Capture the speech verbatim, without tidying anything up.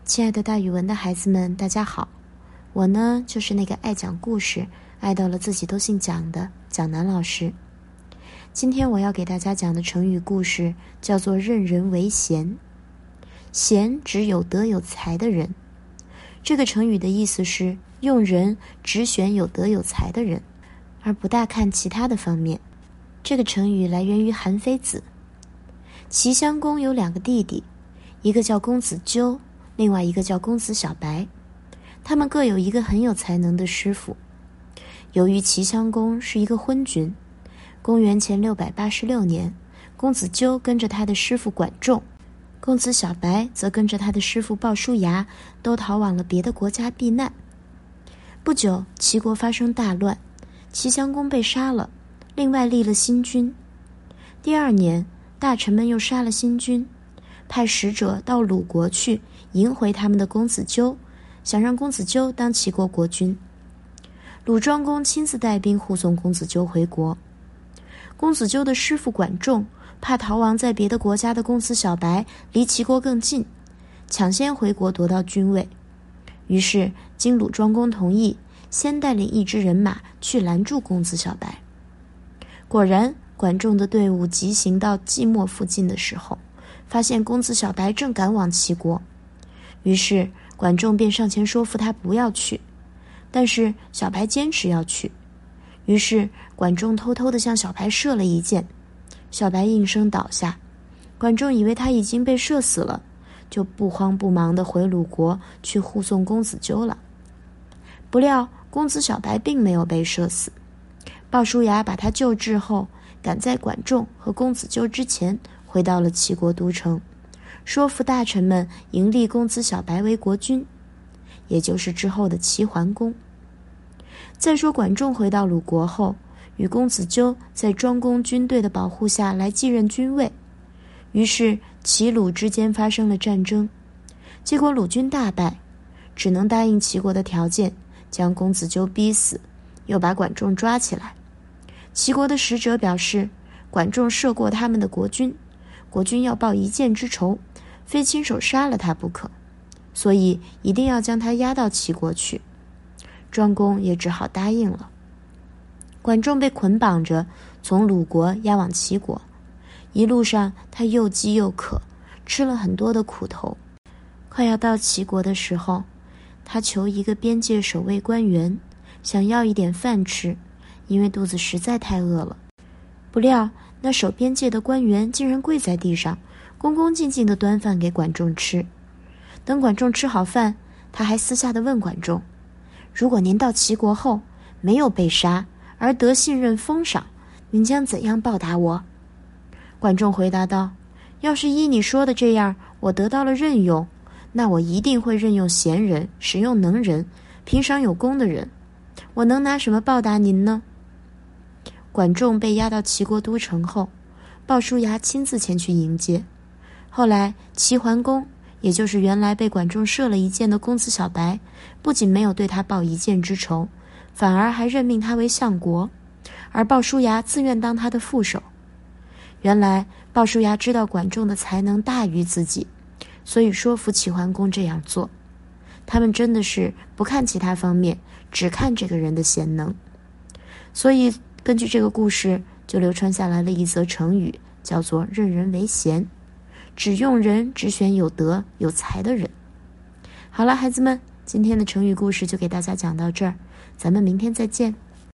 亲爱的大语文的孩子们，大家好，我呢就是那个爱讲故事爱到了自己都姓蒋的蒋楠老师。今天我要给大家讲的成语故事叫做任人唯贤。贤指有德有才的人，这个成语的意思是用人只选有德有才的人，而不大看其他的方面。这个成语来源于韩非子。齐襄公有两个弟弟，一个叫公子纠，另外一个叫公子小白，他们各有一个很有才能的师傅。由于齐襄公是一个昏君，公元前六百八十六年，公子纠跟着他的师傅管仲，公子小白则跟着他的师傅鲍叔牙，都逃往了别的国家避难。不久，齐国发生大乱，齐襄公被杀了，另外立了新君。第二年，大臣们又杀了新君，派使者到鲁国去迎回他们的公子纠，想让公子纠当齐国国君。鲁庄公亲自带兵护送公子纠回国。公子纠的师傅管仲怕逃亡在别的国家的公子小白离齐国更近，抢先回国夺到君位。于是经鲁庄公同意，先带领一支人马去拦住公子小白。果然，管仲的队伍急行到即墨附近的时候，发现公子小白正赶往齐国。于是管仲便上前说服他不要去，但是小白坚持要去。于是管仲偷偷地向小白射了一箭，小白应声倒下。管仲以为他已经被射死了，就不慌不忙地回鲁国去护送公子纠了。不料公子小白并没有被射死，鲍叔牙把他救治后，赶在管仲和公子纠之前回到了齐国都城，说服大臣们迎立公子小白为国君，也就是之后的齐桓公。再说管仲回到鲁国后，与公子纠在庄公军队的保护下来继任君位，于是齐鲁之间发生了战争。结果鲁军大败，只能答应齐国的条件，将公子纠逼死，又把管仲抓起来。齐国的使者表示，管仲射过他们的国君，国君要报一箭之仇，非亲手杀了他不可，所以一定要将他押到齐国去。庄公也只好答应了。管仲被捆绑着从鲁国押往齐国，一路上他又饥又渴，吃了很多的苦头。快要到齐国的时候，他求一个边界守卫官员，想要一点饭吃，因为肚子实在太饿了。不料那守边界的官员竟然跪在地上，恭恭敬敬地端饭给管仲吃。等管仲吃好饭，他还私下地问管仲，如果您到齐国后没有被杀，而得信任封赏，您将怎样报答我？管仲回答道，要是依你说的这样，我得到了任用，那我一定会任用贤人，使用能人，评赏有功的人。我能拿什么报答您呢？管仲被押到齐国都城后，鲍叔牙亲自前去迎接。后来齐桓公，也就是原来被管仲射了一箭的公子小白，不仅没有对他报一箭之仇，反而还任命他为相国，而鲍叔牙自愿当他的副手。原来鲍叔牙知道管仲的才能大于自己，所以说服齐桓公这样做。他们真的是不看其他方面，只看这个人的贤能。所以根据这个故事，就流传下来了一则成语，叫做任人唯贤，只用人只选有德有才的人。好了，孩子们，今天的成语故事就给大家讲到这儿，咱们明天再见。